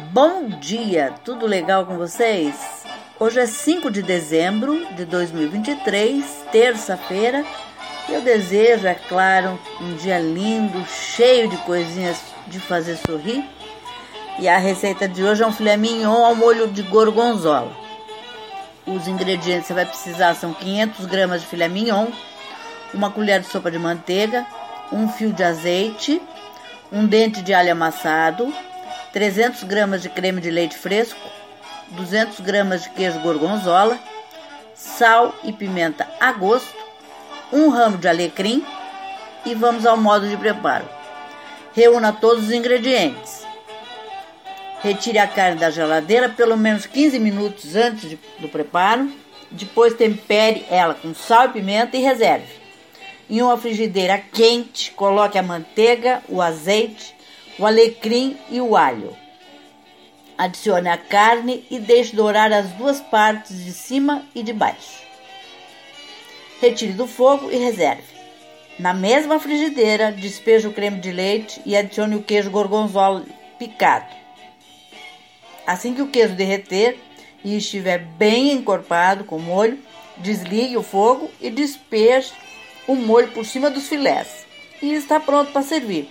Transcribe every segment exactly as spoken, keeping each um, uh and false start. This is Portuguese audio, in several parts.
Bom dia, tudo legal com vocês? Hoje é cinco de dezembro de dois mil e vinte e três, terça-feira, e eu desejo, é claro, um dia lindo, cheio de coisinhas de fazer sorrir. E a receita de hoje é um filé mignon ao molho de gorgonzola. Os ingredientes que você vai precisar são quinhentas gramas de filé mignon, uma colher de sopa de manteiga, um fio de azeite, um dente de alho amassado, trezentas gramas de creme de leite fresco, duzentas gramas de queijo gorgonzola, sal e pimenta a gosto, um ramo de alecrim e vamos ao modo de preparo. Reúna todos os ingredientes. Retire a carne da geladeira pelo menos quinze minutos antes de, do preparo. Depois tempere ela com sal e pimenta e reserve. Em uma frigideira quente, coloque a manteiga, o azeite, o alecrim e o alho. Adicione a carne e deixe dourar as duas partes de cima e de baixo. Retire do fogo e reserve. Na mesma frigideira, despeje o creme de leite e adicione o queijo gorgonzola picado. Assim que o queijo derreter e estiver bem encorpado com o molho, desligue o fogo e despeje o molho por cima dos filés. E está pronto para servir.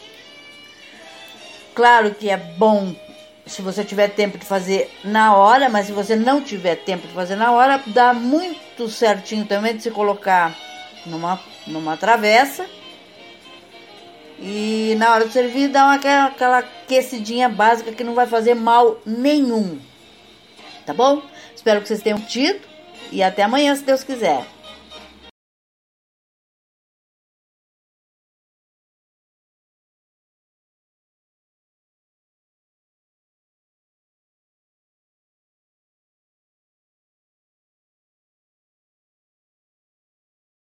Claro que é bom se você tiver tempo de fazer na hora, mas se você não tiver tempo de fazer na hora, dá muito certinho também de se colocar numa, numa travessa. E na hora de servir, dá uma, aquela aquecidinha básica que não vai fazer mal nenhum. Tá bom? Espero que vocês tenham curtido e até amanhã, se Deus quiser.